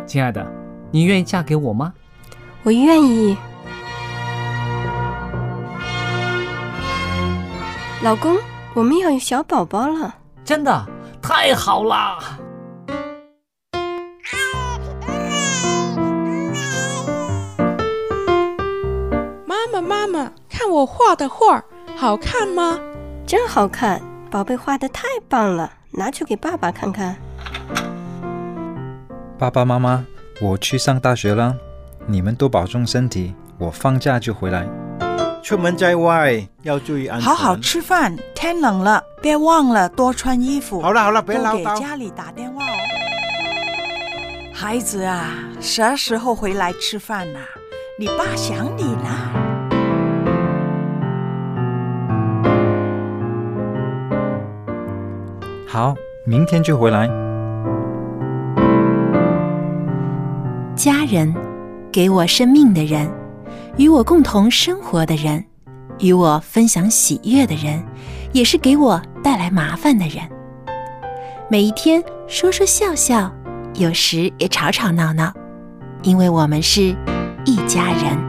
亲爱的，你愿意嫁给我吗？ 我愿意。老公，我们要有小宝宝了。 真的？太好了！ 妈妈，看我画的画，好看吗？ 真好看，宝贝画得太棒了，拿去给爸爸看看。 爸爸妈妈，我去上大学了，你们都保重身体，我放假就回来。 出门在外要注意安全。 好好吃饭，天冷了，别忘了多穿衣服。 好了，别唠叨。 多给家里打电话哦。孩子啊，啥时候回来吃饭啊？你爸想你呢。 好，明天就回来。 家人，给我生命的人，与我共同生活的人，与我分享喜悦的人，也是给我带来麻烦的人。每一天说说笑笑，有时也吵吵闹闹，因为我们是一家人。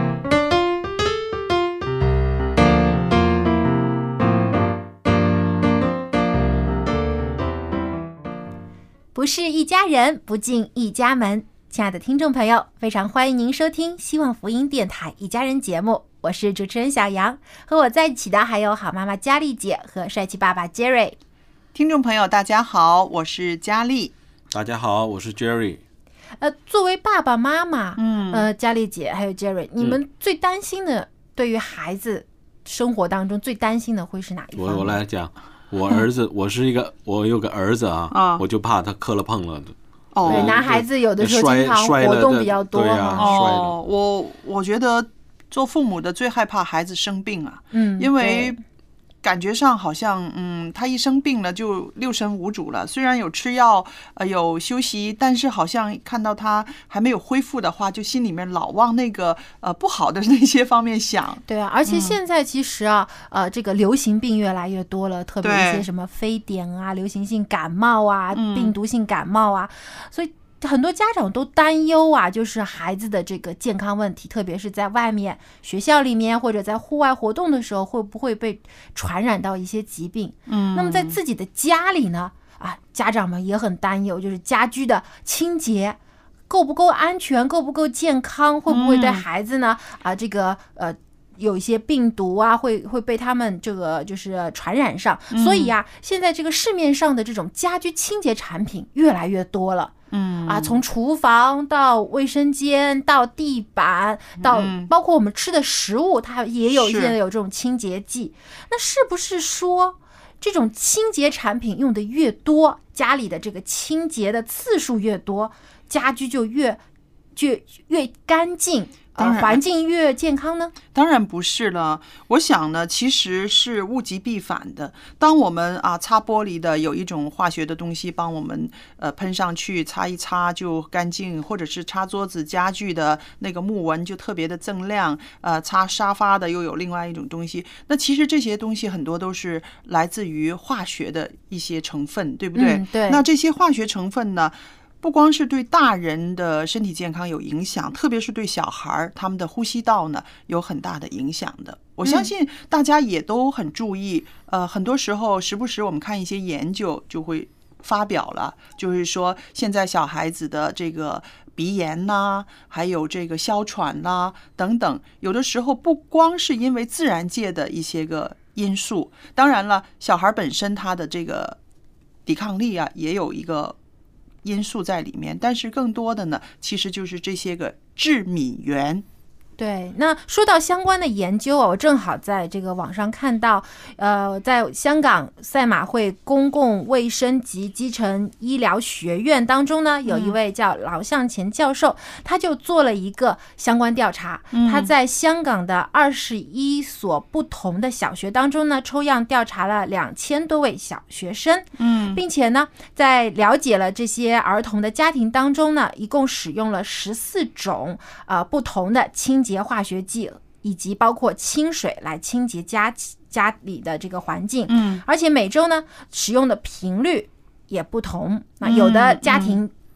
不是一家人，不进一家门。亲爱的听众朋友，非常欢迎您收听希望福音电台一家人节目，我是主持人小杨，和我在一起的还有好妈妈佳丽姐和帅气爸爸 Jerry。 听众朋友大家好，我是佳丽。 大家好，我是 Jerry。 作为爸爸妈妈，佳丽姐还有 Jerry， 你们最担心的，对于孩子生活当中最担心的会是哪一方面？ 我来讲，我儿子，我有个儿子啊，我就怕他磕了碰了。 对，男孩子有的时候经常活动比较多我觉得做父母的最害怕孩子生病啊，因为感觉上好像他一生病了就六神无主了，虽然有吃药有休息，但是好像看到他还没有恢复的话，就心里面老往那个不好的那些方面想。 对啊，而且现在其实啊这个流行病越来越多了，特别一些什么非典啊、流行性感冒啊、病毒性感冒啊，所以很多家长都担忧啊，就是孩子的这个健康问题，特别是在外面学校里面或者在户外活动的时候，会不会被传染到一些疾病。那么在自己的家里呢，家长们也很担忧，就是家居的清洁够不够安全，够不够健康，会不会对孩子呢有一些病毒啊，会被他们这个就是传染上。所以啊，现在这个市面上的这种家居清洁产品越来越多了。从厨房到卫生间到地板到包括我们吃的食物，它也有现在有这种清洁剂。那是不是说这种清洁产品用的越多，家里的这个清洁的次数越多，家居就越干净，环境越健康呢？ 当然不是了。我想呢，其实是物极必反的。当我们擦玻璃的有一种化学的东西帮我们喷上去，擦一擦就干净，或者是擦桌子家具的那个木纹就特别的锃亮，擦沙发的又有另外一种东西。那其实这些东西很多都是来自于化学的一些成分，对不对？ 对。 那这些化学成分呢，不光是对大人的身体健康有影响，特别是对小孩他们的呼吸道呢有很大的影响的。我相信大家也都很注意，很多时候时不时我们看一些研究就会发表了，就是说现在小孩子的这个鼻炎呐，还有这个哮喘呐等等，有的时候不光是因为自然界的一些个因素，当然了，小孩本身他的这个抵抗力也有一个因素在里面，但是更多的呢，其实就是这些个致敏源。 对，那说到相关的研究我正好在这个网上看到，在香港赛马会公共卫生及基层医疗学院当中呢，有一位叫劳向前教授，他就做了一个相关调查。他在香港的21所不同的小学当中呢，抽样调查了2000多位小学生，并且呢，在了解了这些儿童的家庭当中呢，一共使用了14种不同的清洁化学剂，以及包括清水来清洁家里的这个环境，而且每周呢使用的频率也不同。那有的家庭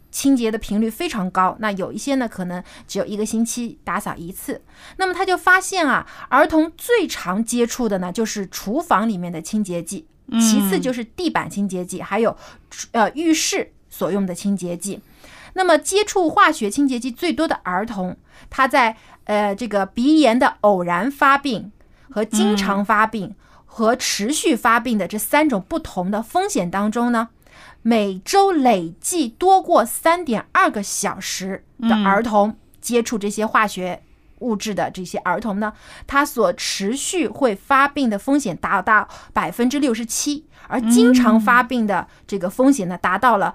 清洁的频率非常高，那有一些呢可能只有1个星期打扫1次。那么他就发现啊，儿童最常接触的呢就是厨房里面的清洁剂，其次就是地板清洁剂，还有浴室所用的清洁剂。那么接触化学清洁剂最多的儿童，他在这个鼻炎的偶然发病和经常发病和持续发病的这3种不同的风险当中呢，每周累计多过3.2个小时的儿童接触这些化学物质的这些儿童呢，他所持续会发病的风险达到67%，而经常发病的这个风险呢达到了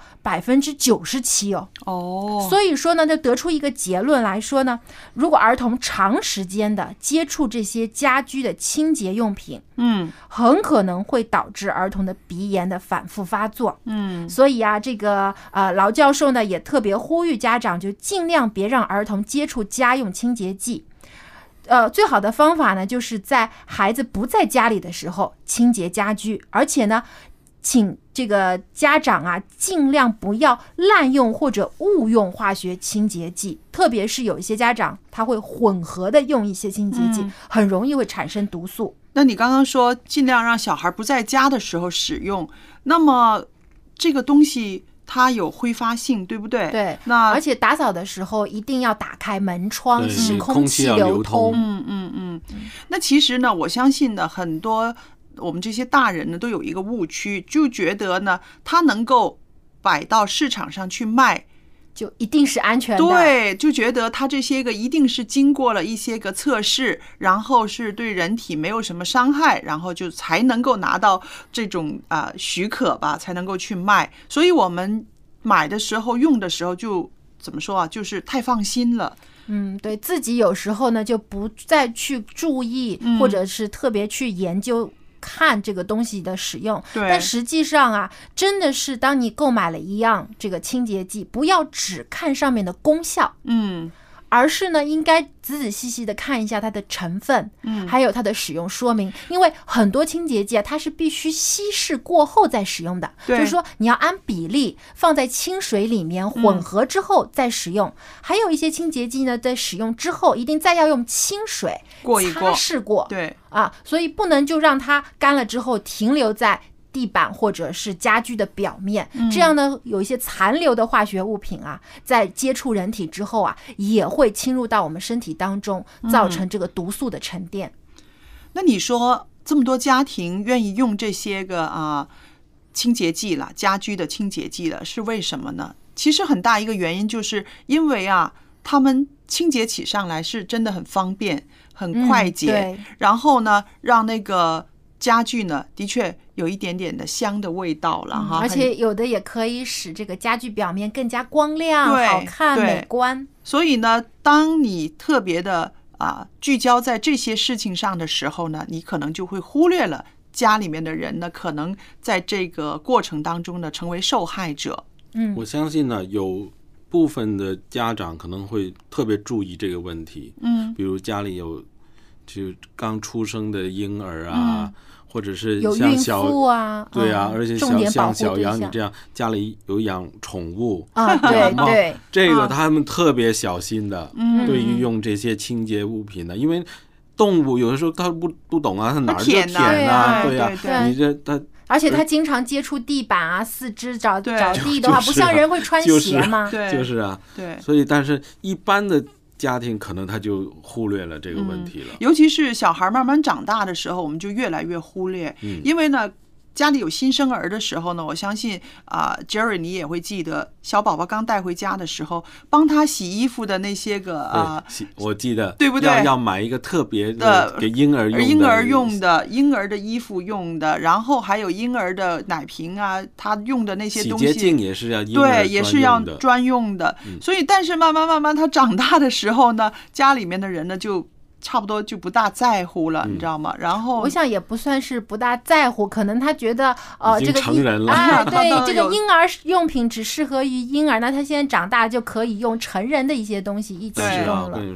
97%哦。所以说呢，就得出一个结论来说呢，如果儿童长时间的接触这些家居的清洁用品，很可能会导致儿童的鼻炎的反复发作。所以啊，这个劳教授呢也特别呼吁家长就尽量别让儿童接触家用清洁剂。最好的方法呢，就是在孩子不在家里的时候清洁家居，而且呢，请这个家长啊，尽量不要滥用或者误用化学清洁剂，特别是有一些家长他会混合的用一些清洁剂，很容易会产生毒素。 那你刚刚说尽量让小孩不在家的时候使用，那么这个东西它有挥发性，对不对？ 对， 那而且打扫的时候一定要打开门窗，使空气流通。 那其实呢，我相信呢，很多我们这些大人呢都有一个误区，就觉得呢，它能够摆到市场上去卖， 就一定是安全的。 对，就觉得它这些个一定是经过了一些个测试，然后是对人体没有什么伤害，然后就才能够拿到这种许可吧，才能够去卖。所以我们买的时候用的时候就怎么说啊，就是太放心了。 对，自己有时候呢就不再去注意，或者是特别去研究看这个东西的使用。但实际上啊，真的是当你购买了一样这个清洁剂，不要只看上面的功效，而是呢应该仔仔细细的看一下它的成分，还有它的使用说明。因为很多清洁剂啊，它是必须稀释过后再使用的，就是说你要按比例放在清水里面混合之后再使用。还有一些清洁剂呢，在使用之后一定再要用清水擦拭过， 对所以不能就让它干了之后停留在地板或者是家居的表面，这样呢，有一些残留的化学物品啊，在接触人体之后啊，也会侵入到我们身体当中，造成这个毒素的沉淀。 那你说这么多家庭愿意用这些个清洁剂了，家居的清洁剂了，是为什么呢？其实很大一个原因就是因为他们清洁起上来是真的很方便、很快捷，然后呢，让那个家具呢，的确有一点点的香的味道了哈， 而且有的也可以使这个家具表面更加光亮、好看、美观。 所以呢，当你特别的聚焦在这些事情上的时候呢，你可能就会忽略了家里面的人呢，可能在这个过程当中呢，成为受害者。 我相信呢，有部分的家长可能会特别注意这个问题，比如家里有就刚出生的婴儿或者是像孕妇对而且像小杨你这样家里有养宠物对， 这个他们特别小心的，对于用这些清洁物品的，因为动物有的时候他不懂他哪儿就舔对你这他。 而且他经常接触地板四肢找地的话，不像人会穿鞋吗？ 就是对，所以但是一般的家庭可能他就忽略了这个问题了， 尤其是小孩慢慢长大的时候，我们就越来越忽略，因为呢，家里有新生儿的时候呢，我相信Jerry 你也会记得，小宝宝刚带回家的时候，帮他洗衣服的那些个我记得， 对不对？ 要买一个特别的给婴儿用的婴儿的衣服用的，然后还有婴儿的奶瓶他用的那些东西， 洗洁精也是要也是要专用的。所以，但是慢慢他长大的时候呢，家里面的人呢就差不多就不大在乎了，你知道吗？然后我想也不算是不大在乎，可能他觉得这个成人了对，这个婴儿用品只适合于婴儿，那他现在长大就可以用成人的一些东西一起用了。 我跟你说，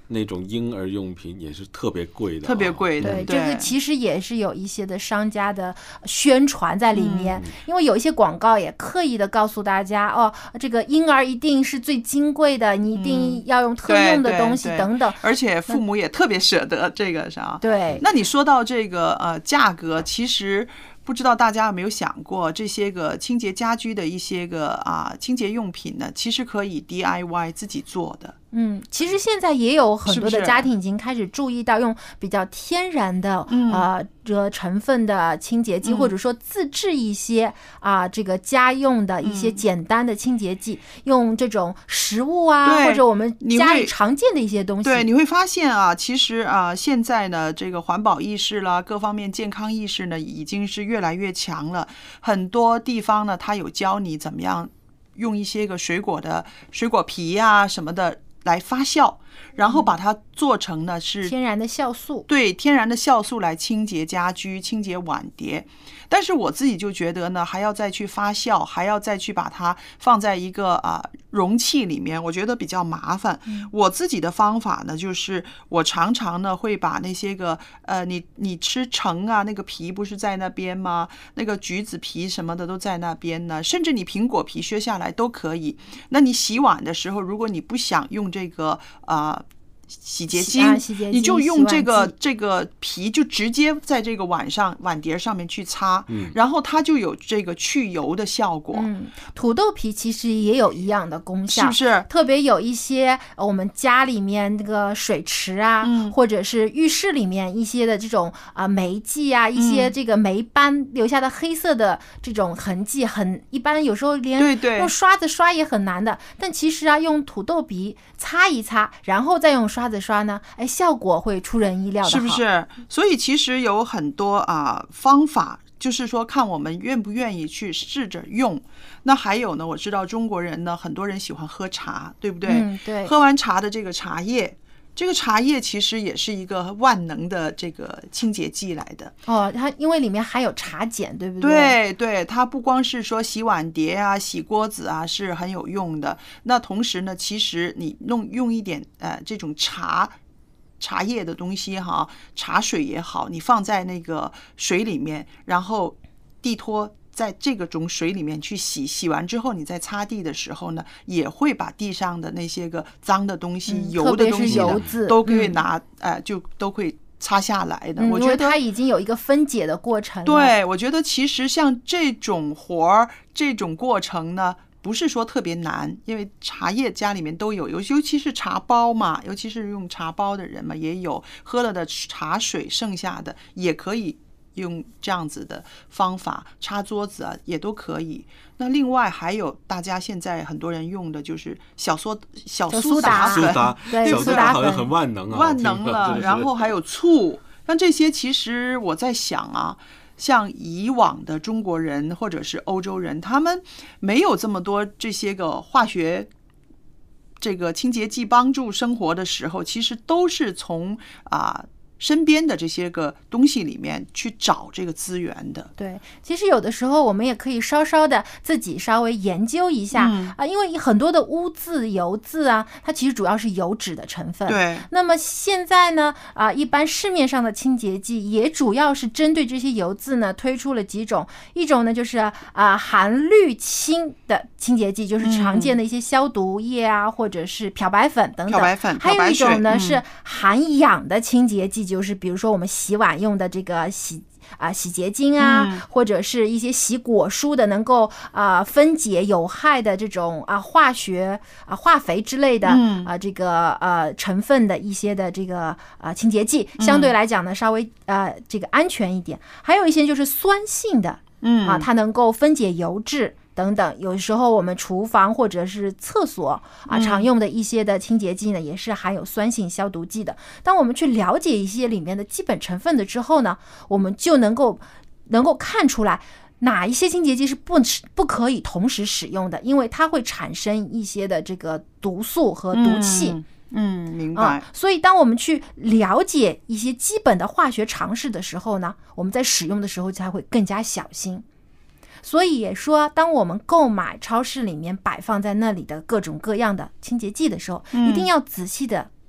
那种婴儿用品也是特别贵的， 特别贵的。 对，这个其实也是有一些的商家的宣传在里面，因为有一些广告也刻意的告诉大家，哦，这个婴儿一定是最金贵的，你一定要用特用的东西等等， 而且父母也特别舍得这个啥。 对， 那你说到这个价格，其实不知道大家有没有想过，这些个清洁家居的一些个清洁用品呢，其实可以 DIY 自己做的。 其实现在也有很多的家庭已经开始注意到用比较天然的这个成分的清洁剂，或者说自制一些这个家用的一些简单的清洁剂，用这种食物或者我们家里常见的一些东西。 对，你会发现其实现在呢，这个环保意识啦，各方面健康意识呢，已经是越来越强了。很多地方呢，它有教你怎么样用一些个水果皮什么的来发酵，然后把它做成呢是天然的酵素。 对，天然的酵素来清洁家居、清洁碗碟。但是我自己就觉得呢，还要再去发酵，还要再去把它放在一个容器里面，我觉得比较麻烦。我自己的方法呢，就是我常常呢会把那些个你吃橙那个皮不是在那边吗？那个橘子皮什么的都在那边呢，甚至你苹果皮削下来都可以。那你洗碗的时候，如果你不想用这个洗洁精，你就用这个皮就直接在这个碗碟上面去擦，然后它就有这个去油的效果。 土豆皮其实也有一样的功效， 是不是？ 特别有一些我们家里面那个水池或者是浴室里面一些的这种霉迹一些这个霉斑留下的黑色的这种痕迹，一般有时候连用刷子刷也很难的。但其实用土豆皮擦一擦，然后再用刷子刷呢，效果会出人意料的好， 是不是？所以其实有很多方法，就是说看我们愿不愿意去试着用。那还有呢，我知道中国人呢，很多人喜欢喝茶，对不对？ 对。 喝完茶的这个茶叶，这个茶叶其实也是一个万能的这个清洁剂来的。 它因为里面含有茶碱，对不对？对对，它不光是说洗碗碟洗锅子是很有用的。那同时呢，其实你用一点这种茶叶的东西茶水也好，你放在那个水里面，然后地拖在这个种水里面去洗完之后，你在擦地的时候呢，也会把地上的那些个脏的东西、油的东西呢，都可以就都会擦下来的。我觉得它已经有一个分解的过程了。 对，我觉得其实像这种活儿、这种过程呢，不是说特别难，因为茶叶家里面都有，尤其是茶包嘛，尤其是用茶包的人嘛，也有喝了的茶水剩下的也可以用这样子的方法擦桌子也都可以。那另外还有大家现在很多人用的就是小苏打粉， 小苏打好像很万能万能了。然后还有醋，像这些其实我在想像以往的中国人或者是欧洲人，他们没有这么多这些个化学这个清洁剂帮助生活的时候，其实都是从身边的这些个东西里面去找这个资源的。 对，其实有的时候我们也可以稍的自己稍微研究一下因为很多的污渍、油渍它其实主要是油脂的成分。 对。 那么现在呢一般市面上的清洁剂也主要是针对这些油渍呢推出了几种，一种呢就是含氯氢的清洁剂，就是常见的一些消毒液或者是漂白粉等等。 漂白粉、 还有一种呢是含氧的清洁剂，就是比如说我们洗碗用的这个洗洁精或者是一些洗果蔬的能够分解有害的这种化学化肥之类的这个成分的一些的这个清洁剂，相对来讲呢稍微这个安全一点。还有一些就是酸性的它能够分解油脂等等。有时候我们厨房或者是厕所常用的一些的清洁剂呢，也是含有酸性消毒剂的。当我们去了解一些里面的基本成分的之后呢，我们就能够看出来哪一些清洁剂是不可以同时使用的，因为它会产生一些的这个毒素和毒气。 明白。 所以当我们去了解一些基本的化学常识的时候呢，我们在使用的时候才会更加小心。所以也说，当我们购买超市里面摆放在那里的各种各样的清洁剂的时候，一定要仔细的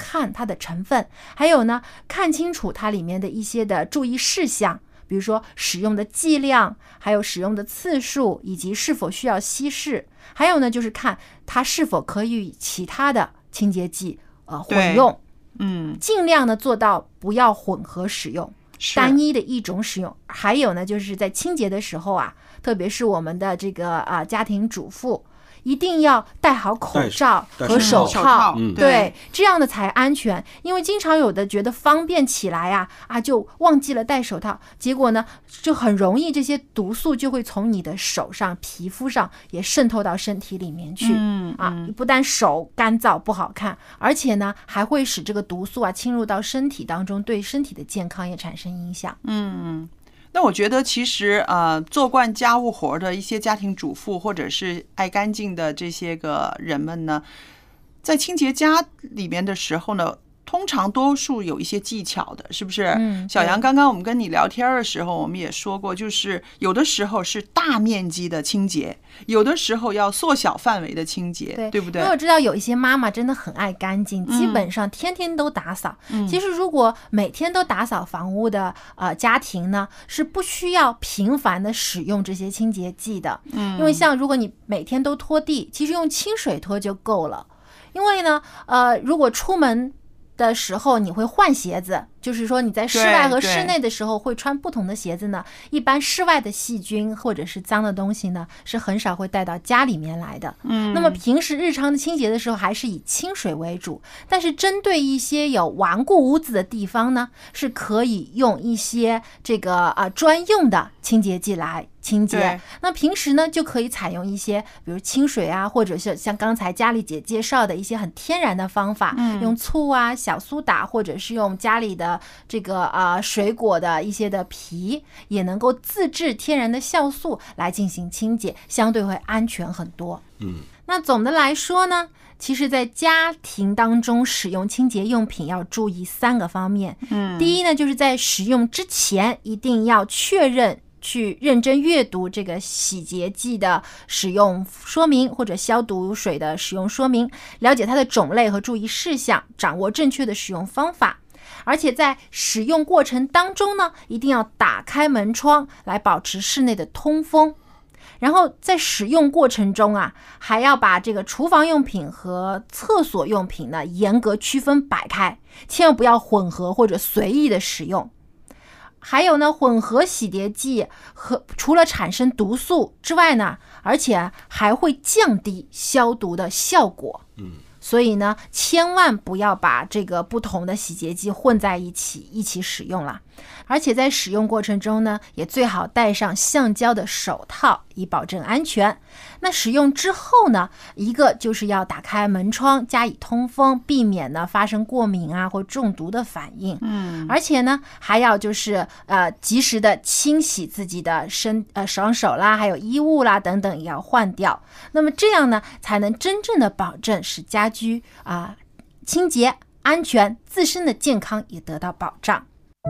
看它的成分，还有呢看清楚它里面的一些的注意事项，比如说使用的剂量，还有使用的次数，以及是否需要稀释，还有呢就是看它是否可以与其他的清洁剂混用，尽量呢做到不要混合使用，单一的一种使用。还有呢就是在清洁的时候啊，特别是我们的这个家庭主妇，一定要戴好口罩和手套，对，这样的才安全。因为经常有的觉得方便起来就忘记了戴手套，结果呢就很容易这些毒素就会从你的手上、皮肤上也渗透到身体里面去，不但手干燥不好看，而且呢还会使这个毒素侵入到身体当中，对身体的健康也产生影响。 那我觉得其实做惯家务活的一些家庭主妇或者是爱干净的这些个人们呢，在清洁家里面的时候呢，通常多数有一些技巧的，是不是？小杨，刚刚我们跟你聊天的时候，我们也说过，就是有的时候是大面积的清洁，有的时候要缩小范围的清洁，对不对？ 因为我知道有一些妈妈真的很爱干净，基本上天天都打扫。其实如果每天都打扫房屋的家庭呢，是不需要频繁的使用这些清洁剂的。因为像如果你每天都拖地，其实用清水拖就够了。因为呢如果出门的时候你会换鞋子，就是说你在室外和室内的时候会穿不同的鞋子呢，一般室外的细菌或者是脏的东西呢是很少会带到家里面来的。那么平时日常的清洁的时候还是以清水为主，但是针对一些有顽固污渍的地方呢，是可以用一些这个专用的清洁剂来清洁。那平时呢就可以采用一些比如清水或者是像刚才佳丽姐介绍的一些很天然的方法，用醋小苏打，或者是用家里的这个水果的一些的皮，也能够自制天然的酵素来进行清洁，相对会安全很多。那总的来说呢，其实在家庭当中使用清洁用品要注意3个方面。第一呢，就是在使用之前一定要确认去认真阅读这个洗洁剂的使用说明或者消毒水的使用说明，了解它的种类和注意事项，掌握正确的使用方法。而且在使用过程当中呢，一定要打开门窗来保持室内的通风。然后在使用过程中还要把这个厨房用品和厕所用品呢严格区分摆开，千万不要混合或者随意的使用。还有呢，混合洗涤剂除了产生毒素之外呢，而且还会降低消毒的效果。所以呢，千万不要把这个不同的洗洁剂混在一起使用了。而且在使用过程中呢，也最好戴上橡胶的手套，以保证安全。那使用之后呢，一个就是要打开门窗加以通风，避免呢发生过敏或中毒的反应。而且呢，还要就是及时的清洗自己的双手啦，还有衣物啦等等也要换掉。那么这样呢，才能真正的保证使家居清洁安全，自身的健康也得到保障。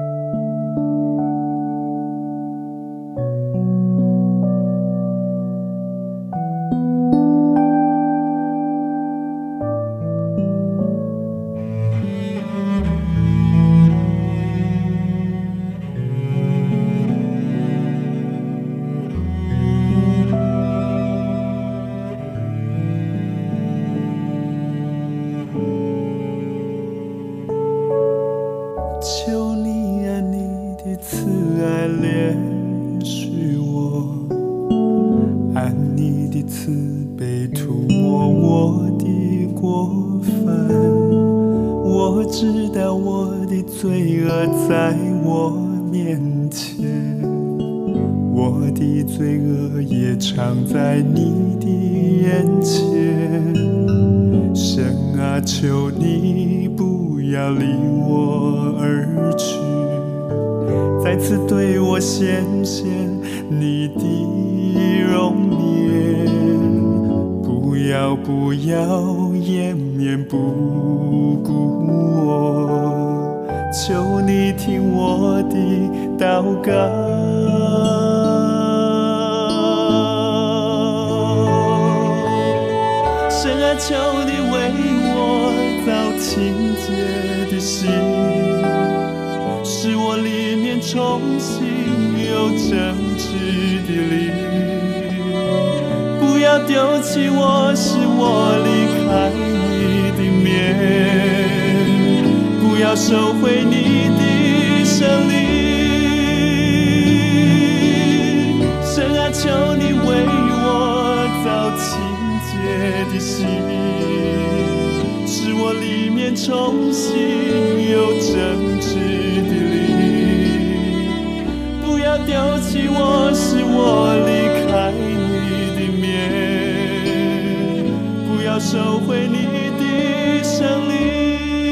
求你按你的慈爱怜恤我，按你的慈悲涂抹我的过犯。我知道我的罪恶在我面前，我的罪恶也藏在你的眼前。神啊，求你不要离我而去，再次对我显现你的容颜。不要掩面不顾我，求你听我的祷告。神啊，求你为我造情结的心，使我里面重新有真挚的力。不要丢弃我，使我离开你的面，不要收回你的胜利。神啊，求你为我造情结的心，使我里面重新有真挚的力。不要丢弃我，使我离开你的面，不要收回你的胜利。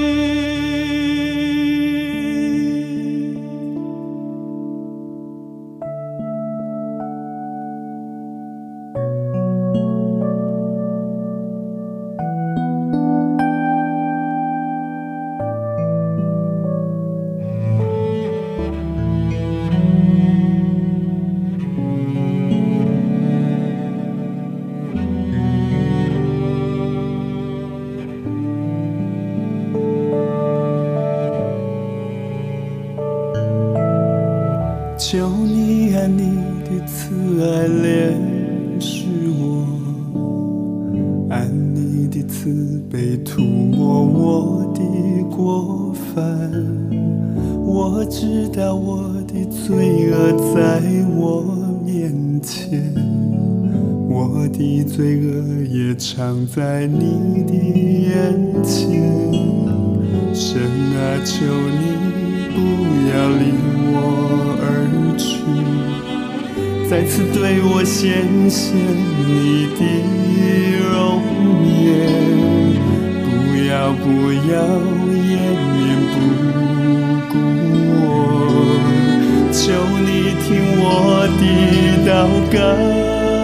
求你按你的慈爱怜恤我，按你的慈悲涂抹我的过犯。我知道我的罪恶在我面前，我的罪恶也藏在你的眼前。神啊，求你不要离我而去，再次对我显现你的容颜。不要掩面不顾我，求你听我的祷告。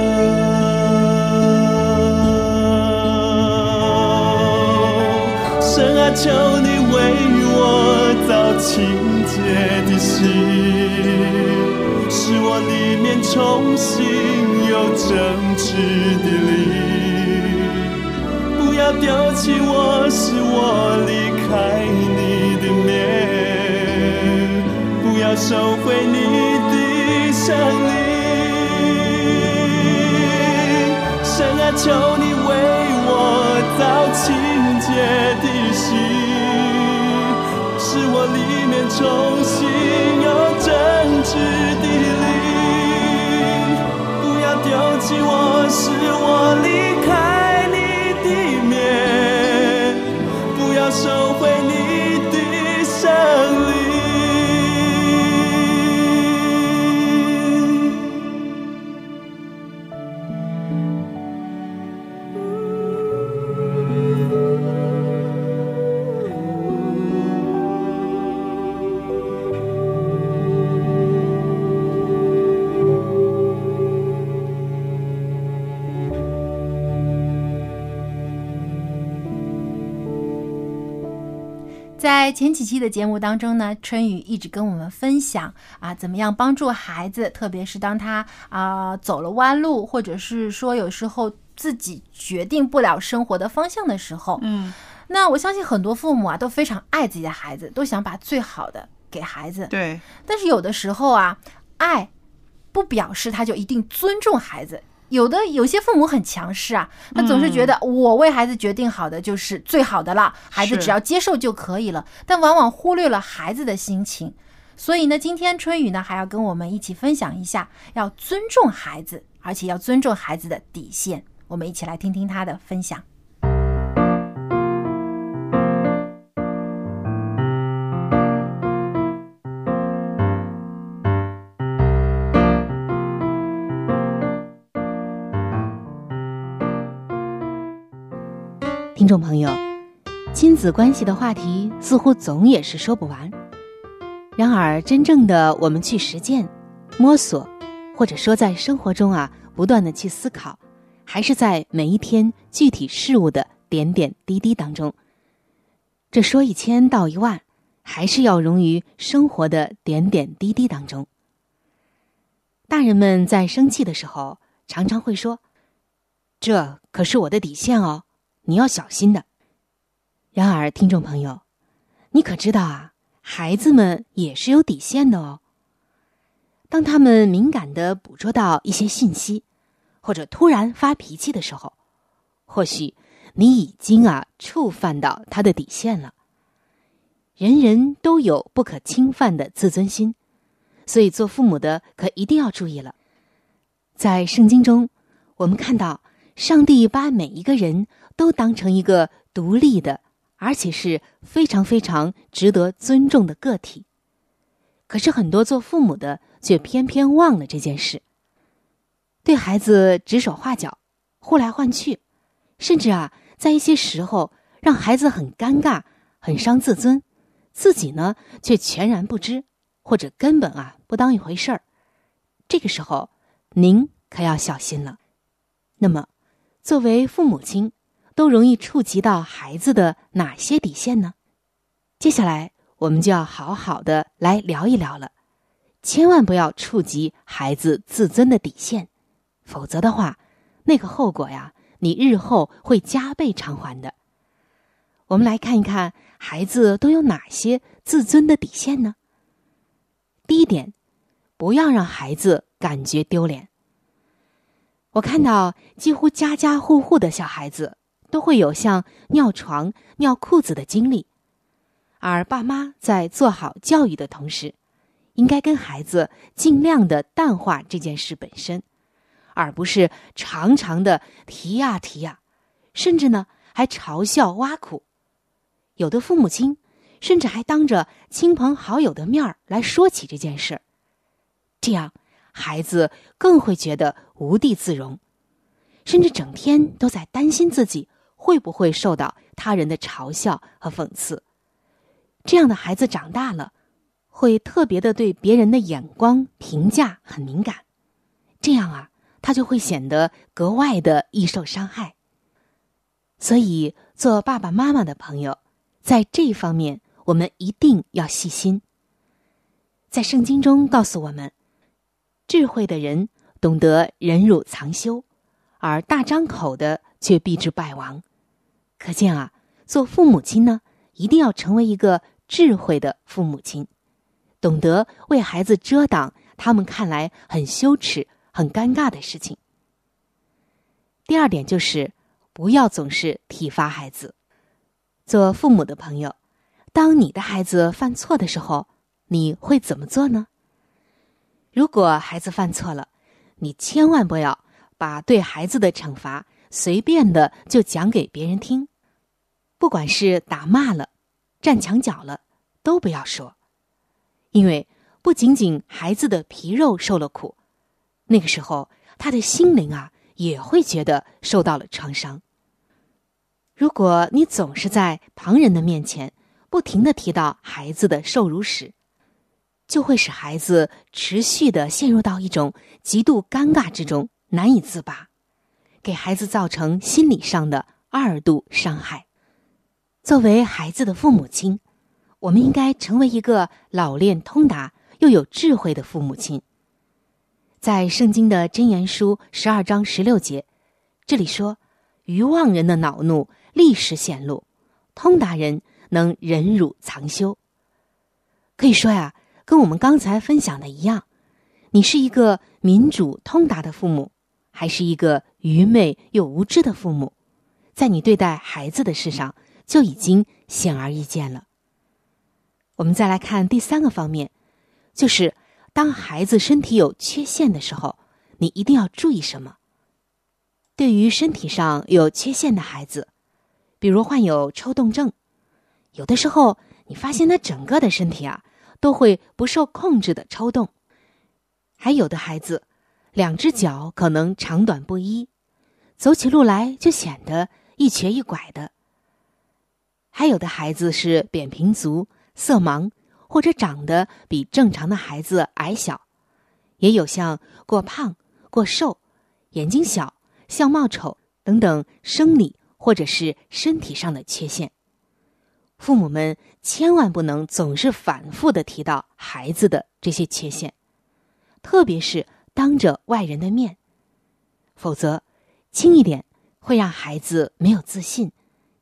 神啊，求你为我造情结的心，使我里面重新有真挚的力。不要丢弃我，使我离开你的面，不要收回你的胜利。神啊，求你为我造情结的心，使我里面重新有真挚的力。不要丢弃我，使我离开你的面，不要收回你的胜利。 在前几期的节目当中呢，春雨一直跟我们分享怎么样帮助孩子，特别是当他走了弯路，或者是说有时候自己决定不了生活的方向的时候，那我相信很多父母都非常爱自己的孩子，都想把最好的给孩子。 对， 但是有的时候爱不表示他就一定尊重孩子。有些父母很强势他总是觉得我为孩子决定好的就是最好的了，孩子只要接受就可以了，但往往忽略了孩子的心情。所以呢，今天春雨呢还要跟我们一起分享一下，要尊重孩子，而且要尊重孩子的底线。我们一起来听听他的分享。 听众朋友，亲子关系的话题似乎总也是说不完。然而真正的我们去实践、摸索，或者说在生活中不断的去思考，还是在每一天具体事物的点点滴滴当中。这说1000道10000，还是要融于生活的点点滴滴当中。大人们在生气的时候，常常会说：“这可是我的底线哦，你要小心的。” 然而，听众朋友，你可知道啊，孩子们也是有底线的哦。当他们敏感地捕捉到一些信息，或者突然发脾气的时候，或许你已经触犯到他的底线了。人人都有不可侵犯的自尊心，所以做父母的可一定要注意了。在圣经中，我们看到上帝把每一个人都当成一个独立的，而且是非常非常值得尊重的个体。可是很多做父母的却偏偏忘了这件事，对孩子指手画脚，呼来唤去，甚至在一些时候让孩子很尴尬，很伤自尊，自己呢却全然不知，或者根本不当一回事儿。这个时候您可要小心了。那么作为父母亲，都容易触及到孩子的哪些底线呢？接下来我们就要好好的来聊一聊了。千万不要触及孩子自尊的底线，否则的话，那个后果你日后会加倍偿还的。我们来看一看孩子都有哪些自尊的底线呢？第一点，不要让孩子感觉丢脸。我看到几乎家家户户的小孩子都会有像尿床、尿裤子的经历，而爸妈在做好教育的同时，应该跟孩子尽量的淡化这件事本身，而不是常常的提呀，甚至呢还嘲笑挖苦。有的父母亲甚至还当着亲朋好友的面来说起这件事，这样孩子更会觉得无地自容，甚至整天都在担心自己会不会受到他人的嘲笑和讽刺。这样的孩子长大了，会特别的对别人的眼光评价很敏感，这样他就会显得格外的易受伤害。所以做爸爸妈妈的朋友，在这一方面我们一定要细心。在圣经中告诉我们，智慧的人懂得忍辱藏羞，而大张口的却必致败亡。可见做父母亲呢，一定要成为一个智慧的父母亲，懂得为孩子遮挡他们看来很羞耻、很尴尬的事情。第二点就是不要总是体罚孩子。做父母的朋友，当你的孩子犯错的时候，你会怎么做呢？如果孩子犯错了，你千万不要把对孩子的惩罚随便的就讲给别人听，不管是打骂了、站墙角了，都不要说。因为不仅仅孩子的皮肉受了苦，那个时候他的心灵也会觉得受到了创伤。如果你总是在旁人的面前不停地提到孩子的受辱史，就会使孩子持续地陷入到一种极度尴尬之中，难以自拔，给孩子造成心理上的二度伤害。作为孩子的父母亲，我们应该成为一个老练通达又有智慧的父母亲。在圣经的箴言书12章16节，这里说，愚妄人的恼怒立时显露，通达人能忍辱藏羞。可以说跟我们刚才分享的一样，你是一个民主通达的父母，还是一个愚昧又无知的父母，在你对待孩子的事上就已经显而易见了。我们再来看第三个方面，就是当孩子身体有缺陷的时候，你一定要注意什么？对于身体上有缺陷的孩子，比如患有抽动症，有的时候你发现他整个的身体都会不受控制的抽动。还有的孩子两只脚可能长短不一，走起路来就显得一瘸一拐的。还有的孩子是扁平足、色盲，或者长得比正常的孩子矮小，也有像过胖、过瘦、眼睛小、相貌丑等等生理或者是身体上的缺陷。父母们千万不能总是反复地提到孩子的这些缺陷，特别是当着外人的面，否则轻一点会让孩子没有自信，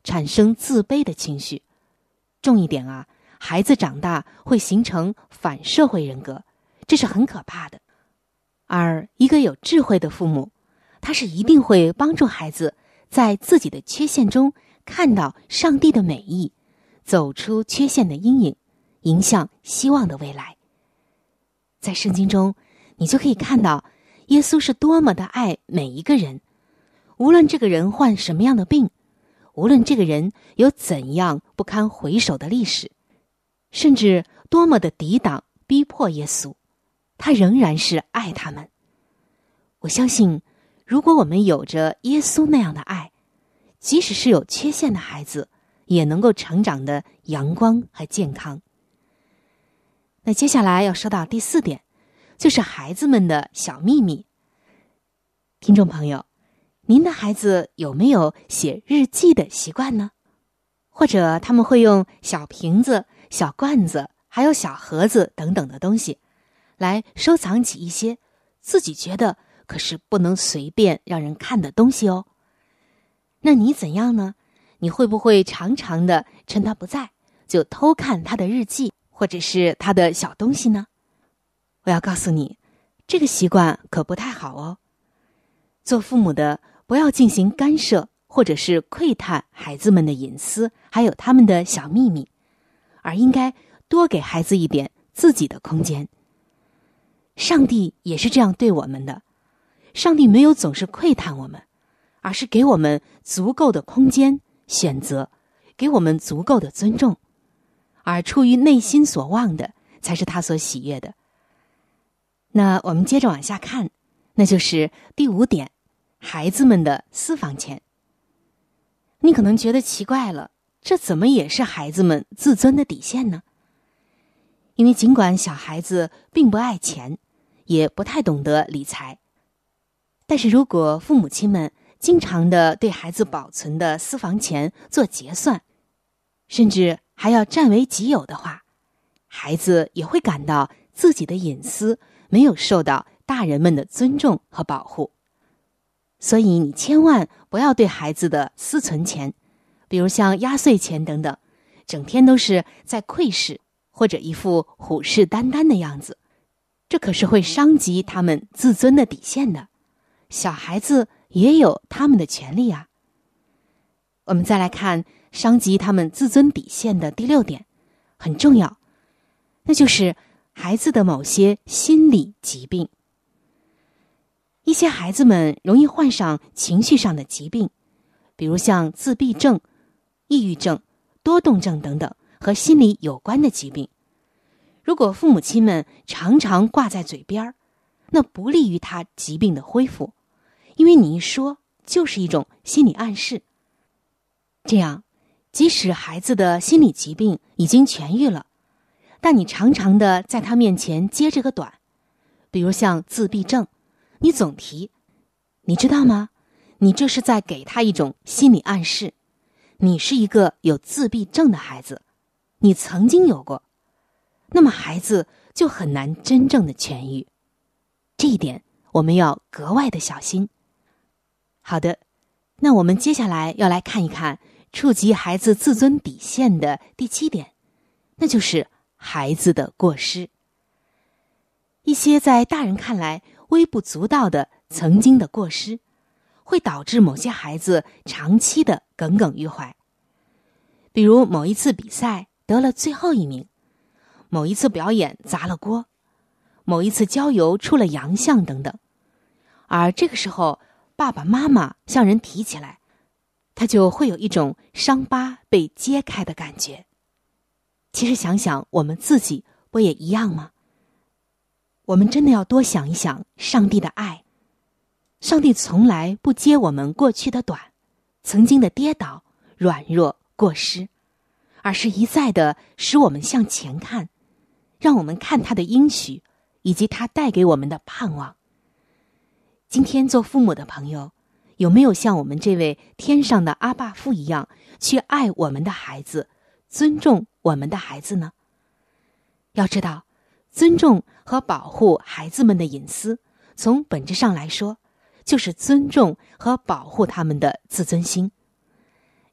产生自卑的情绪。重一点啊，孩子长大会形成反社会人格，这是很可怕的。而一个有智慧的父母，他是一定会帮助孩子在自己的缺陷中看到上帝的美意，走出缺陷的阴影，迎向希望的未来。在圣经中，你就可以看到耶稣是多么的爱每一个人，无论这个人患什么样的病，无论这个人有怎样不堪回首的历史，甚至多么的抵挡逼迫耶稣，他仍然是爱他们。我相信，如果我们有着耶稣那样的爱，即使是有缺陷的孩子，也能够成长的阳光和健康。那接下来要说到第4点，就是孩子们的小秘密。听众朋友，您的孩子有没有写日记的习惯呢？或者他们会用小瓶子、小罐子，还有小盒子等等的东西，来收藏起一些自己觉得可是不能随便让人看的东西哦。那你怎样呢？你会不会常常的趁他不在，就偷看他的日记，或者是他的小东西呢？我要告诉你，这个习惯可不太好哦。做父母的不要进行干涉，或者是窥探孩子们的隐私，还有他们的小秘密，而应该多给孩子一点自己的空间。上帝也是这样对我们的，上帝没有总是窥探我们，而是给我们足够的空间选择，给我们足够的尊重，而出于内心所望的才是他所喜悦的。那我们接着往下看，那就是第5点，孩子们的私房钱。你可能觉得奇怪了，这怎么也是孩子们自尊的底线呢？因为尽管小孩子并不爱钱，也不太懂得理财，但是如果父母亲们经常的对孩子保存的私房钱做结算，甚至还要占为己有的话，孩子也会感到自己的隐私没有受到大人们的尊重和保护。所以你千万不要对孩子的私存钱，比如像压岁钱等等，整天都是在窥视，或者一副虎视眈眈的样子，这可是会伤及他们自尊的底线的。小孩子也有他们的权利啊。我们再来看伤及他们自尊底线的第6点，很重要，那就是孩子的某些心理疾病。一些孩子们容易患上情绪上的疾病，比如像自闭症、抑郁症、多动症等等和心理有关的疾病。如果父母亲们常常挂在嘴边，那不利于他疾病的恢复，因为你一说就是一种心理暗示。这样，即使孩子的心理疾病已经痊愈了，但你常常的在他面前接这个短，比如像自闭症，你总提，你知道吗？你这是在给他一种心理暗示，你是一个有自闭症的孩子，你曾经有过，那么孩子就很难真正的痊愈。这一点我们要格外的小心。好的，那我们接下来要来看一看触及孩子自尊底线的第7点，那就是孩子的过失。一些在大人看来微不足道的曾经的过失，会导致某些孩子长期的耿耿于怀。比如某一次比赛得了最后1名，某一次表演砸了锅，某一次郊游出了洋相等等。而这个时候爸爸妈妈向人提起来，他就会有一种伤疤被揭开的感觉。其实想想我们自己不也一样吗？我们真的要多想一想上帝的爱。上帝从来不揭我们过去的短，曾经的跌倒、软弱、过失，而是一再的使我们向前看，让我们看他的应许，以及他带给我们的盼望。今天做父母的朋友，有没有像我们这位天上的阿爸父一样，去爱我们的孩子，尊重我们的孩子呢？要知道，尊重和保护孩子们的隐私，从本质上来说，就是尊重和保护他们的自尊心。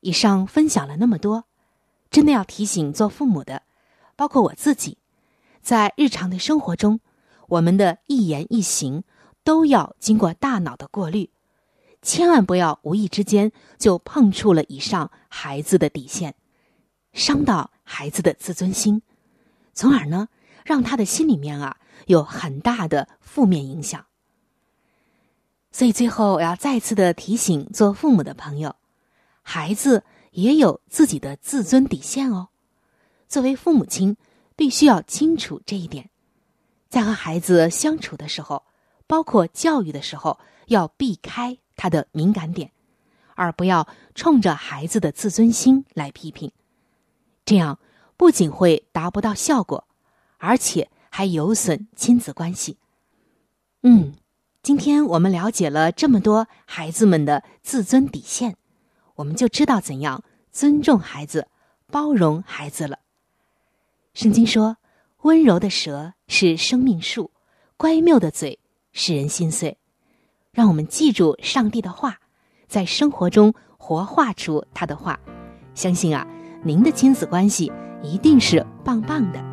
以上分享了那么多，真的要提醒做父母的，包括我自己，在日常的生活中，我们的一言一行都要经过大脑的过滤，千万不要无意之间就碰触了以上孩子的底线，伤到孩子的自尊心，从而呢，让他的心里面有很大的负面影响。所以最后我要再次的提醒做父母的朋友，孩子也有自己的自尊底线哦。作为父母亲，必须要清楚这一点，在和孩子相处的时候，包括教育的时候，要避开他的敏感点，而不要冲着孩子的自尊心来批评。这样不仅会达不到效果，而且还有损亲子关系。今天我们了解了这么多孩子们的自尊底线，我们就知道怎样尊重孩子，包容孩子了。圣经说，温柔的舌是生命树，乖谬的嘴使人心碎。让我们记住上帝的话，在生活中活化出他的话，相信您的亲子关系一定是棒棒的。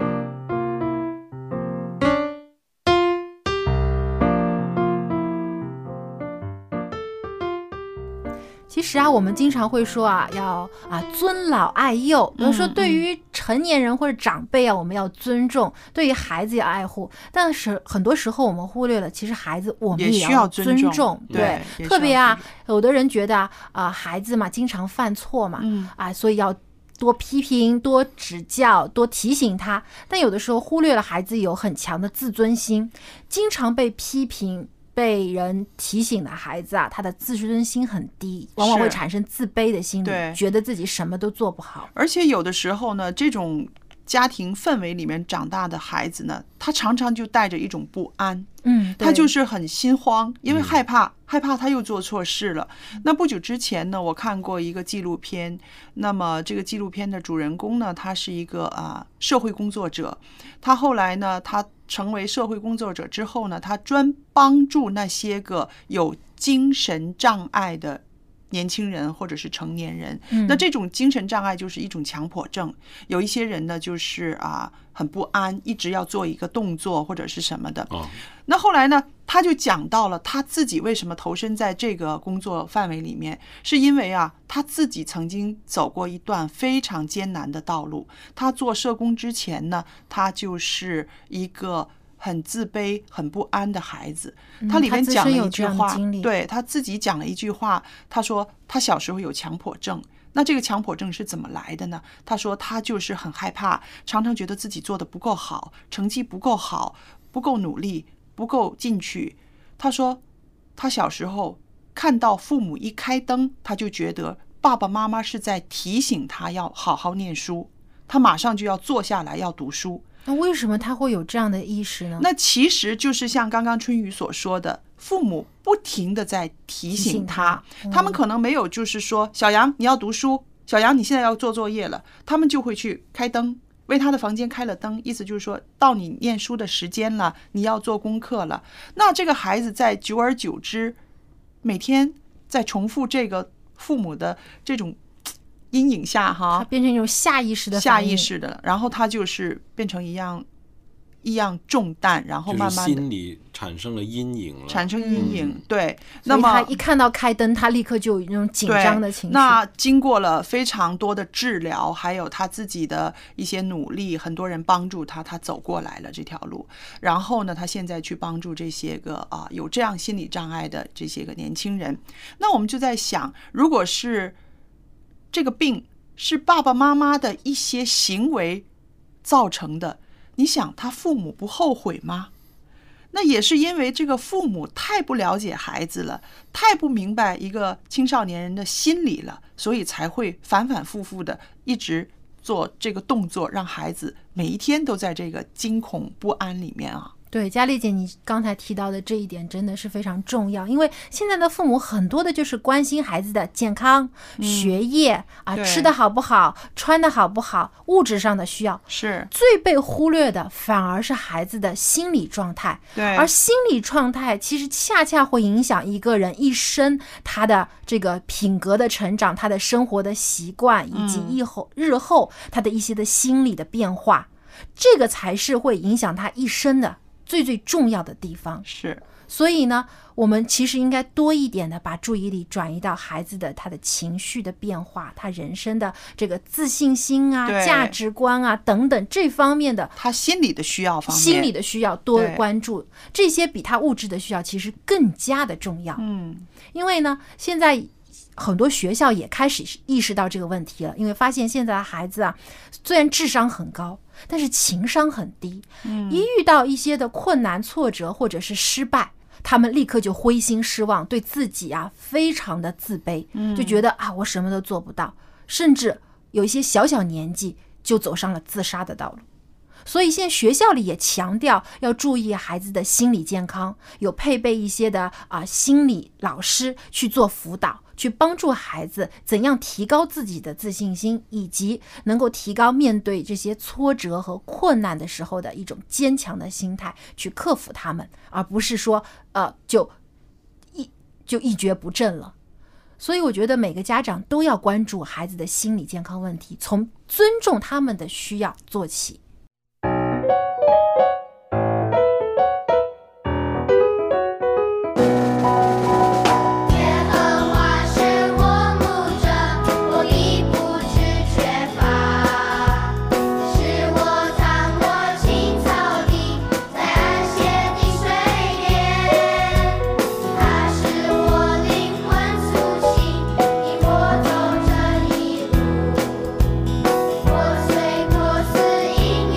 其实我们经常会说要尊老爱幼，比如说对于成年人或者长辈我们要尊重，对于孩子要爱护，但是很多时候我们忽略了，其实孩子我们也要尊重。对，特别有的人觉得孩子嘛经常犯错嘛，所以要多批评、多指教、多提醒他，但有的时候忽略了孩子有很强的自尊心，经常被批评、被人提醒的孩子他的自尊心很低，往往会产生自卑的心理，觉得自己什么都做不好。 而且有的时候呢，这种家庭氛围里面长大的孩子呢，他常常就带着一种不安，他就是很心慌，因为害怕他又做错事了。那不久之前呢，我看过一个纪录片，那么这个纪录片的主人公呢，他是一个社会工作者，他后来呢，他成为社会工作者之后呢，他专帮助那些个有精神障碍的年轻人或者是成年人。那这种精神障碍就是一种强迫症，有一些人呢就是很不安，一直要做一个动作或者是什么的。那后来呢，他就讲到了他自己为什么投身在这个工作范围里面，是因为他自己曾经走过一段非常艰难的道路。他做社工之前呢，他就是一个很自卑、很不安的孩子。他里面讲了一句话，对，他自己讲了一句话，他说他小时候有强迫症。那这个强迫症是怎么来的呢？他说他就是很害怕，常常觉得自己做得不够好，成绩不够好，不够努力，不够进取。他说他小时候看到父母一开灯，他就觉得爸爸妈妈是在提醒他要好好念书，他马上就要坐下来要读书。 那为什么他会有这样的意识呢？ 那其实就是像刚刚春雨所说的，父母不停的在提醒他，他们可能没有就是说小杨你要读书，小杨你现在要做作业了，他们就会去开灯，为他的房间开了灯，意思就是说到你念书的时间了，你要做功课了。那这个孩子在久而久之，每天在重复这个父母的这种阴影下他变成一种下意识的下意识的，然后他就是变成一样重担，然后慢慢的就是心里产生了阴影了， 产生阴影。对， 那么他一看到开灯，他立刻就有那种紧张的情绪。 那经过了非常多的治疗，还有他自己的一些努力，很多人帮助他走过来了这条路。然后呢，他现在去帮助这些个有这样心理障碍的这些个年轻人。那我们就在想，如果是这个病是爸爸妈妈的一些行为造成的，你想他父母不后悔吗？那也是因为这个父母太不了解孩子了，太不明白一个青少年人的心理了，所以才会反反复复的一直做这个动作，让孩子每一天都在这个惊恐不安里面对，佳丽姐，你刚才提到的这一点真的是非常重要，因为现在的父母很多的就是关心孩子的健康、学业啊，吃的好不好，穿的好不好，物质上的需要， 是最被忽略的反而是孩子的心理状态。 对， 而心理状态其实恰恰会影响一个人一生他的这个品格的成长，他的生活的习惯，以及日后他的一些的心理的变化，这个才是会影响他一生的最重要的地方。 是， 所以呢，我们其实应该多一点的把注意力转移到孩子的他的情绪的变化，他人生的这个自信心啊、价值观啊等等这方面的， 他心理的需要方面， 心理的需要多关注，这些比他物质的需要其实更加的重要。因为呢，现在很多学校也开始意识到这个问题了，因为发现现在的孩子啊，虽然智商很高，但是情商很低，一遇到一些的困难、挫折或者是失败，他们立刻就灰心失望，对自己啊非常的自卑，就觉得啊我什么都做不到，甚至有一些小年纪就走上了自杀的道路。所以现在学校里也强调要注意孩子的心理健康，有配备一些的心理老师去做辅导，去帮助孩子怎样提高自己的自信心，以及能够提高面对这些挫折和困难的时候的一种坚强的心态，去克服他们，而不是说就一蹶不振了。所以我觉得每个家长都要关注孩子的心理健康问题，从尊重他们的需要做起。 破碎一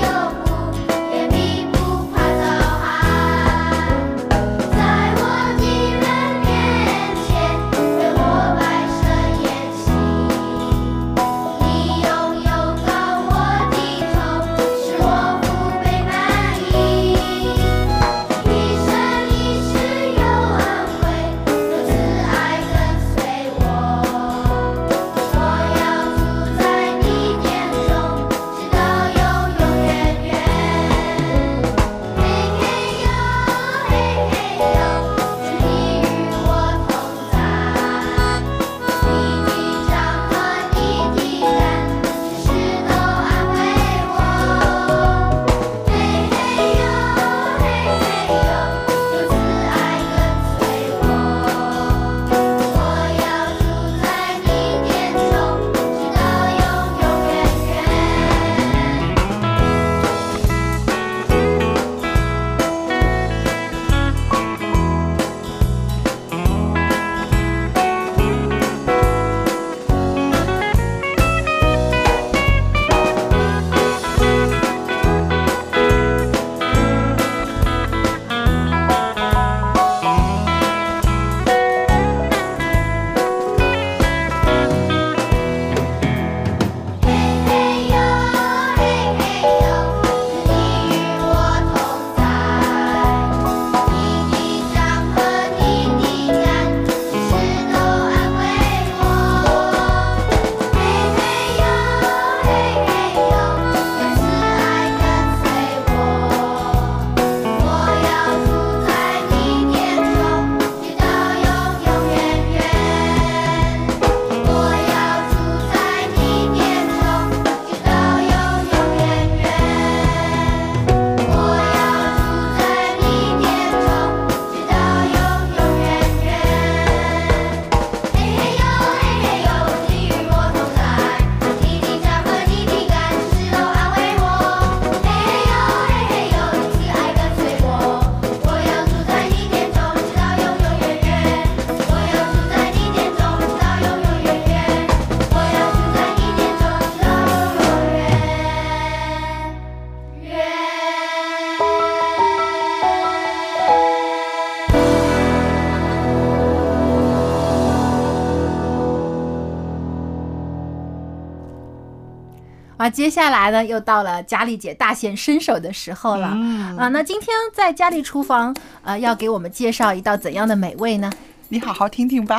接下来呢，又到了佳丽姐大显身手的时候了。那今天在佳丽厨房，要给我们介绍一道怎样的美味呢？ 你好好听听吧。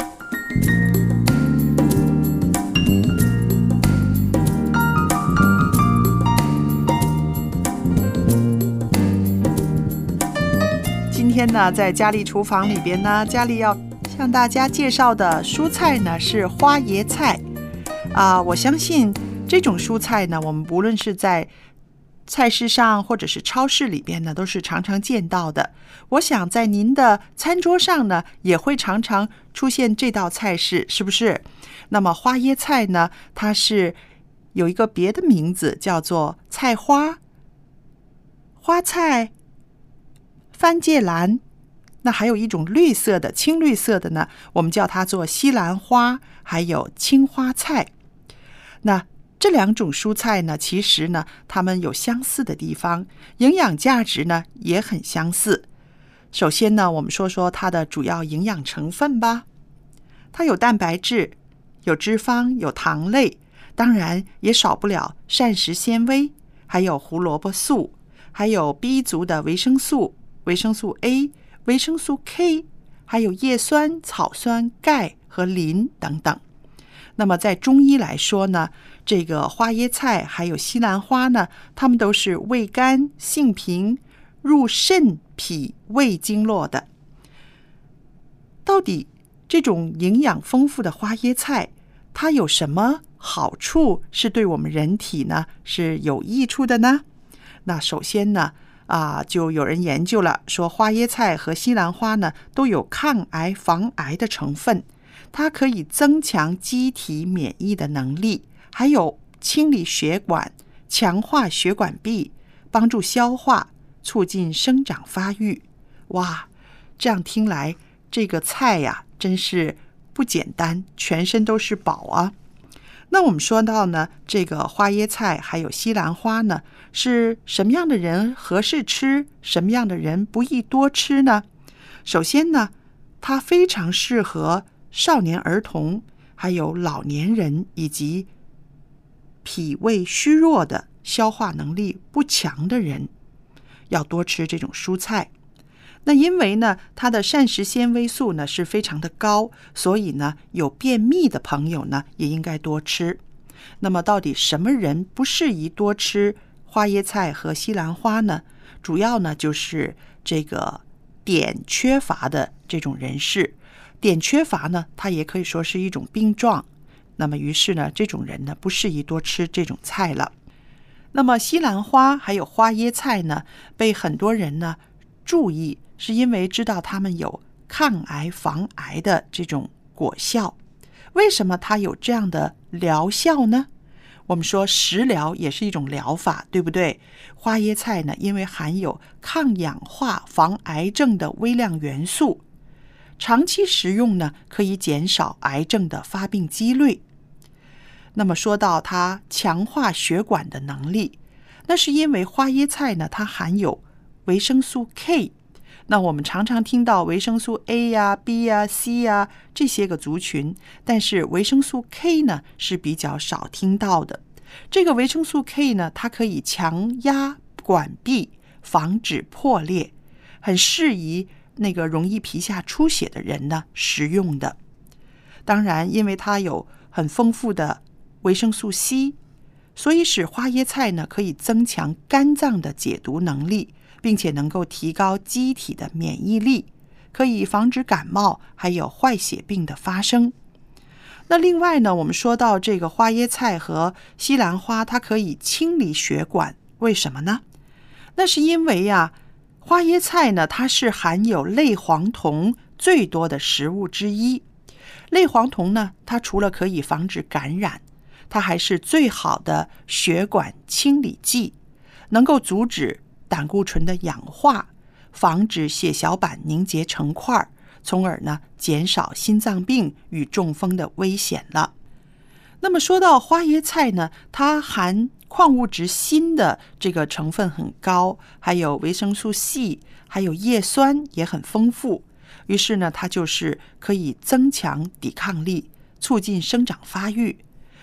今天呢，在佳丽厨房里边呢，佳丽要向大家介绍的蔬菜呢是花椰菜。我相信这种蔬菜呢，我们不论是在菜市上或者是超市里边呢，都是常常见到的。我想在您的餐桌上呢，也会常常出现这道菜式，是不是？那么花椰菜呢，它是有一个别的名字，叫做菜花、花菜、番芥兰。那还有一种绿色的、青绿色的呢，我们叫它做西兰花，还有青花菜。那这两种蔬菜呢，其实呢，它们有相似的地方，营养价值呢也很相似。首先呢，我们说说它的主要营养成分吧。它有蛋白质，有脂肪，有糖类，当然也少不了膳食纤维，还有胡萝卜素，还有 B 族的维生素、维生素 A、维生素 K， 还有叶酸、草酸、钙和磷等等。那么在中医来说呢，这个花椰菜还有西兰花呢，它们都是味甘、性平、入肾、脾、胃经络的。到底这种营养丰富的花椰菜，它有什么好处是对我们人体呢是有益处的呢？那首先呢，就有人研究了，说花椰菜和西兰花呢都有抗癌防癌的成分，它可以增强机体免疫的能力，还有清理血管、强化血管壁，帮助消化，促进生长发育。哇，这样听来，这个菜呀，真是不简单，全身都是宝啊。那我们说到呢，这个花椰菜还有西兰花呢，是什么样的人合适吃，什么样的人不宜多吃呢？首先呢，它非常适合少年儿童，还有老年人，以及脾胃虚弱的、消化能力不强的人，要多吃这种蔬菜。那因为呢，它的膳食纤维素呢是非常的高，所以呢，有便秘的朋友呢也应该多吃。那么到底什么人不适宜多吃花椰菜和西兰花呢？主要呢就是这个碘缺乏的这种人士。碘缺乏呢，它也可以说是一种病状。那么于是呢，这种人呢不适宜多吃这种菜了。那么西兰花还有花椰菜呢，被很多人呢注意，是因为知道它们有抗癌防癌的这种果效。为什么它有这样的疗效呢？我们说食疗也是一种疗法，对不对？花椰菜呢，因为含有抗氧化防癌症的微量元素，长期食用呢，可以减少癌症的发病几率。那么说到它强化血管的能力，那是因为花椰菜呢，它含有维生素 K。那我们常常听到维生素 A 呀、B 呀、C 呀这些个族群，但是维生素 K 呢是比较少听到的。这个维生素 K 呢，它可以强压管壁，防止破裂，很适宜那个容易皮下出血的人呢食用的。当然，因为它有很丰富的维生素 C， 所以使花椰菜呢可以增强肝脏的解毒能力，并且能够提高机体的免疫力，可以防止感冒还有坏血病的发生。那另外呢，我们说到这个花椰菜和西兰花，它可以清理血管，为什么呢？那是因为花椰菜呢，它是含有类黄酮最多的食物之一。类黄酮呢，它除了可以防止感染，它还是最好的血管清理剂，能够阻止胆固醇的氧化，防止血小板凝结成块，从而呢减少心脏病与中风的危险了。那么说到花椰菜呢，它含矿物质锌的这个成分很高，还有维生素 C， 还有叶酸也很丰富，于是呢它就是可以增强抵抗力，促进生长发育。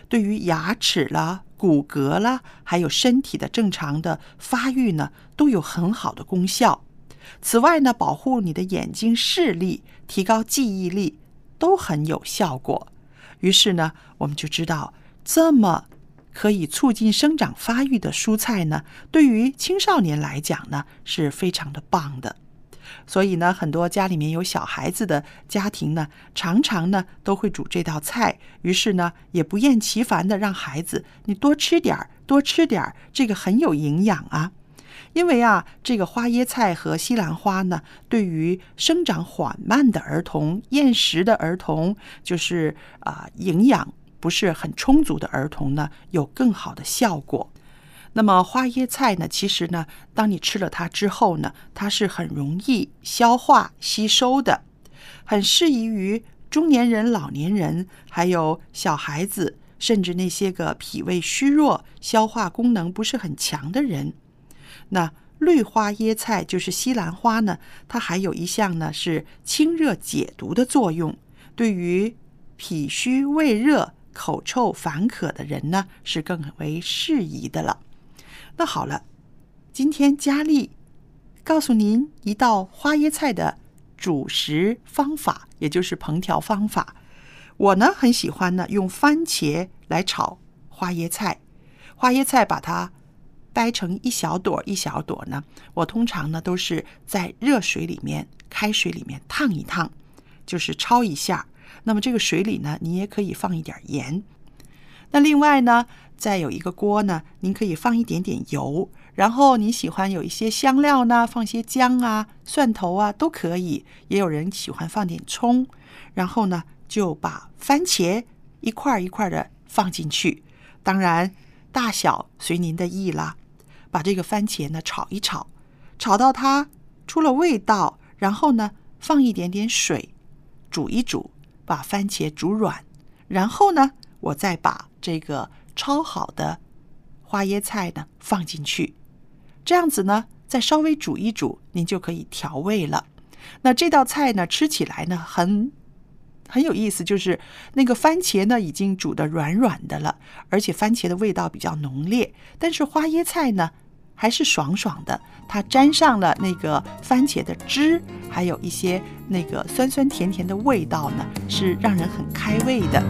对于牙齿啦、骨骼啦，还有身体的正常的发育呢，都有很好的功效。此外呢，保护你的眼睛视力，提高记忆力，都很有效果。于是呢，我们就知道这么可以促进生长发育的蔬菜呢，对于青少年来讲呢，是非常的棒的。所以呢，很多家里面有小孩子的家庭呢，常常呢都会煮这道菜，于是呢也不厌其烦的让孩子你多吃点儿，多吃点儿，这个很有营养啊。因为啊，这个花椰菜和西兰花呢，对于生长缓慢的儿童、厌食的儿童，就是营养不是很充足的儿童呢，有更好的效果。那么花椰菜呢，其实呢，当你吃了它之后呢，它是很容易消化吸收的，很适宜于中年人、老年人，还有小孩子，甚至那些个脾胃虚弱、消化功能不是很强的人。那绿花椰菜就是西兰花呢，它还有一项呢是清热解毒的作用，对于脾虚胃热、口臭烦渴的人呢，是更为适宜的了。那好了，今天佳丽告诉您一道花椰菜的煮食方法，也就是烹调方法。我呢很喜欢呢用番茄来炒花椰菜，花椰菜把它掰成一小朵一小朵呢，我通常呢都是在热水里面、开水里面烫一烫，就是焯一下。那么这个水里呢，你也可以放一点盐。那另外呢，再有一个锅呢，您可以放一点点油，然后你喜欢有一些香料呢，放些姜啊、蒜头啊都可以，也有人喜欢放点葱，然后呢就把番茄一块一块的放进去，当然大小随您的意啦。把这个番茄呢炒一炒，炒到它出了味道，然后呢放一点点水煮一煮，把番茄煮软，然后呢我再把这个焯好的花椰菜呢放进去，这样子呢再稍微煮一煮，您就可以调味了。那这道菜呢吃起来呢很有意思，就是那个番茄呢已经煮得软软的了，而且番茄的味道比较浓烈，但是花椰菜呢还是爽爽的，它沾上了那个番茄的汁，还有一些那个酸酸甜甜的味道呢，是让人很开胃的。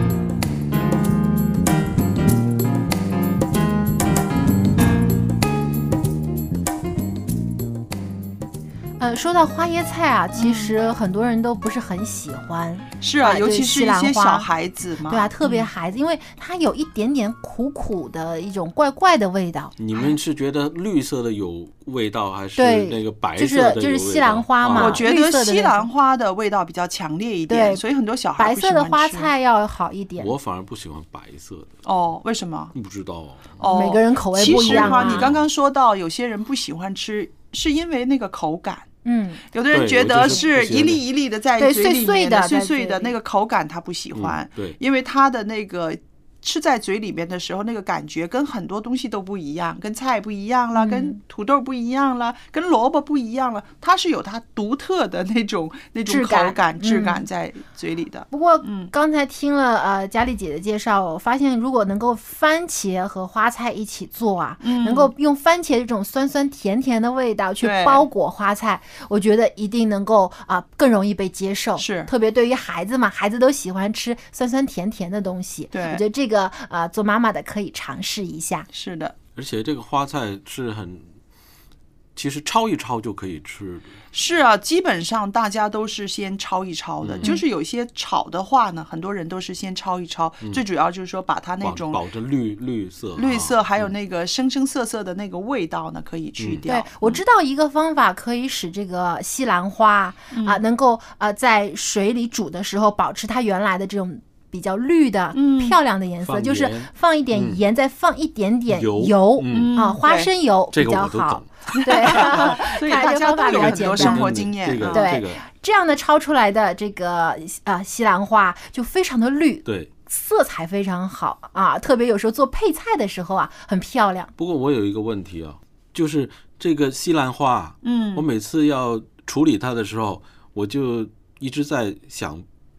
说到花椰菜啊，其实很多人都不是很喜欢。 是啊，尤其是一些小孩子嘛。 对啊，特别孩子，因为它有一点点苦苦的一种怪怪的味道。 你们是觉得绿色的有味道，还是那个白色的有味道？ 就是西兰花嘛。 我觉得西兰花的味道比较强烈一点，所以很多小孩不喜欢吃。白色的花菜要好一点。 我反而不喜欢白色的。 哦，为什么？ 不知道哦。 每个人口味不一样啊。 其实你刚刚说到有些人不喜欢吃，是因为那个口感。有的人觉得是一粒一粒的在嘴里面的碎碎的那个口感他不喜欢，因为他的那个吃在嘴里面的时候，那个感觉跟很多东西都不一样，跟菜不一样了，跟土豆不一样了，跟萝卜不一样了，它是有它独特的那种口感质感在嘴里的。 不过刚才听了佳丽姐的介绍，我发现如果能够番茄和花菜一起做啊，能够用番茄这种酸酸甜甜的味道去包裹花菜，我觉得一定能够更容易被接受。 是， 特别对于孩子嘛，孩子都喜欢吃酸酸甜甜的东西。 对， 我觉得这个做妈妈的可以尝试一下。 是的， 而且这个花菜是其实焯一焯就可以吃。 是啊，基本上大家都是先焯一焯的，就是有些炒的话呢，很多人都是先焯一焯，最主要就是说把它那种保着绿色还有那个生涩涩的那个味道呢可以去掉。 对，我知道一个方法可以使这个西兰花能够在水里煮的时候保持它原来的这种比较绿的漂亮的颜色，就是放一点盐，再放一点点油花生油比较好。对， 所以大家都有很多生活经验。 对，这样的焯出来的这个西兰花就非常的绿， 对， 色彩非常好啊，特别有时候做配菜的时候啊，很漂亮。 不过我有一个问题啊，就是这个西兰花，我每次要处理它的时候，我就一直在想，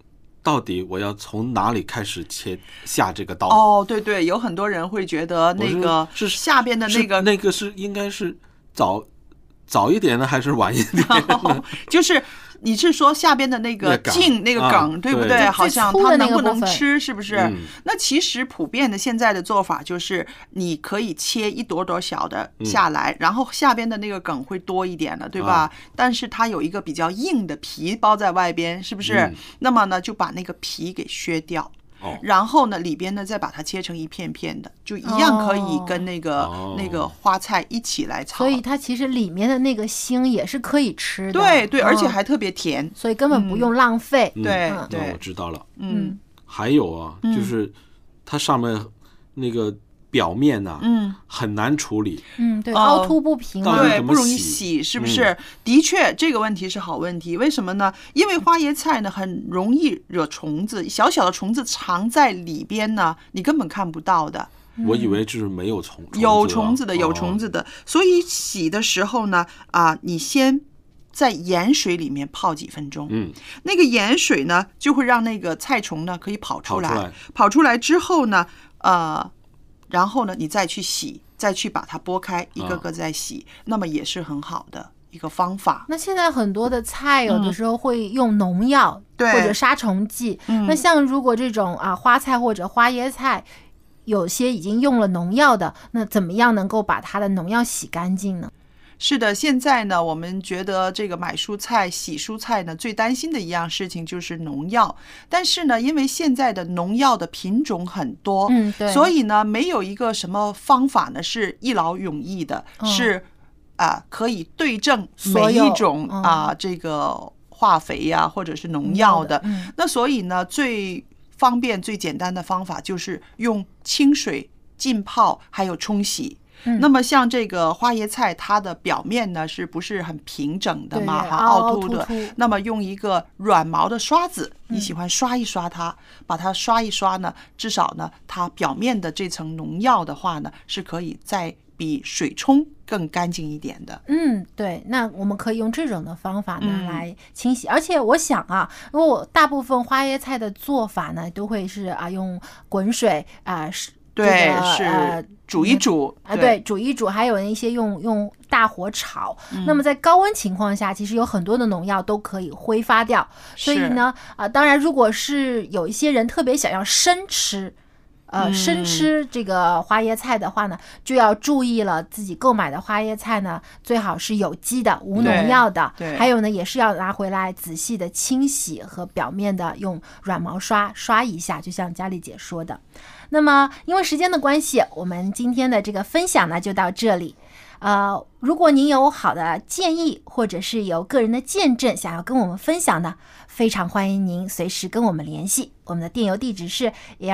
到底我要从哪里开始下这个刀？ 哦，对对，有很多人会觉得那个是下边的那个是应该是早一点呢，还是晚一点呢？ 就是你是说下边的那个茎那个梗，对不对？好像它能不能吃，是不是？那其实普遍的现在的做法就是你可以切一朵朵小的下来，然后下边的那个梗会多一点了，对吧？但是它有一个比较硬的皮包在外边，是不是？那么呢，就把那个皮给削掉。然后呢，里边呢再把它切成一片片的，就一样可以跟那个花菜一起来炒。 所以它其实里面的那个芯也是可以吃的， 对对，而且还特别甜， 所以根本不用浪费。 对对，那我知道了。还有啊，就是它上面那个表面啊，很难处理。 对，凹凸不平， 对，不容易洗，是不是？的确，这个问题是好问题。为什么呢？因为花椰菜呢很容易惹虫子，小小的虫子藏在里边呢，你根本看不到的。 我以为就是没有虫子， 有虫子的，有虫子的。所以洗的时候呢，你先在盐水里面泡几分钟，那个盐水呢就会让那个菜虫呢可以跑出来，跑出来之后呢，然后呢，你再去洗，再去把它剥开，一个个再洗，那么也是很好的一个方法。 那现在很多的菜有的时候会用农药或者杀虫剂，那像如果这种花菜或者花椰菜，有些已经用了农药的，那怎么样能够把它的农药洗干净呢？ 是的，现在呢，我们觉得这个买蔬菜、洗蔬菜呢，最担心的一样事情就是农药。但是呢，因为现在的农药的品种很多， 对， 所以呢，没有一个什么方法呢是一劳永逸的，是可以对症每一种这个化肥呀，或者是农药的。那所以呢，最方便、最简单的方法就是用清水浸泡，还有冲洗。那么像这个花椰菜，它的表面呢是不是很平整的嘛？凹凸的。那么用一个软毛的刷子，你喜欢刷一刷它，把它刷一刷呢，至少呢，它表面的这层农药的话呢，是可以再比水冲更干净一点的。 对，那我们可以用这种的方法呢来清洗。而且我想因为我大部分花椰菜的做法呢，都会是用滚水对，是煮一煮对，煮一煮，还有一些用大火炒。那么在高温情况下，其实有很多的农药都可以挥发掉。所以呢，当然，如果是有一些人特别想要生吃这个花椰菜的话呢，就要注意了，自己购买的花椰菜呢，最好是有机的、无农药的。还有呢，也是要拿回来仔细的清洗和表面的用软毛刷一下，就像佳丽姐说的。那么因为时间的关系，我们今天的这个分享呢就到这里。如果您有好的建议，或者是有个人的见证想要跟我们分享的，非常欢迎您随时跟我们联系。我们的电邮地址是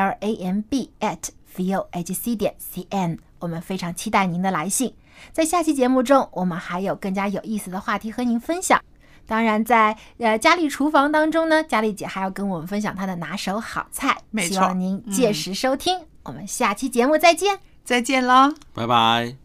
lamb@vohc.cn， 我们非常期待您的来信。在下期节目中，我们还有更加有意思的话题和您分享。当然在佳丽厨房当中呢，佳丽姐还要跟我们分享她的拿手好菜， 没错， 希望您届时收听。我们下期节目再见， 再见了， 拜拜。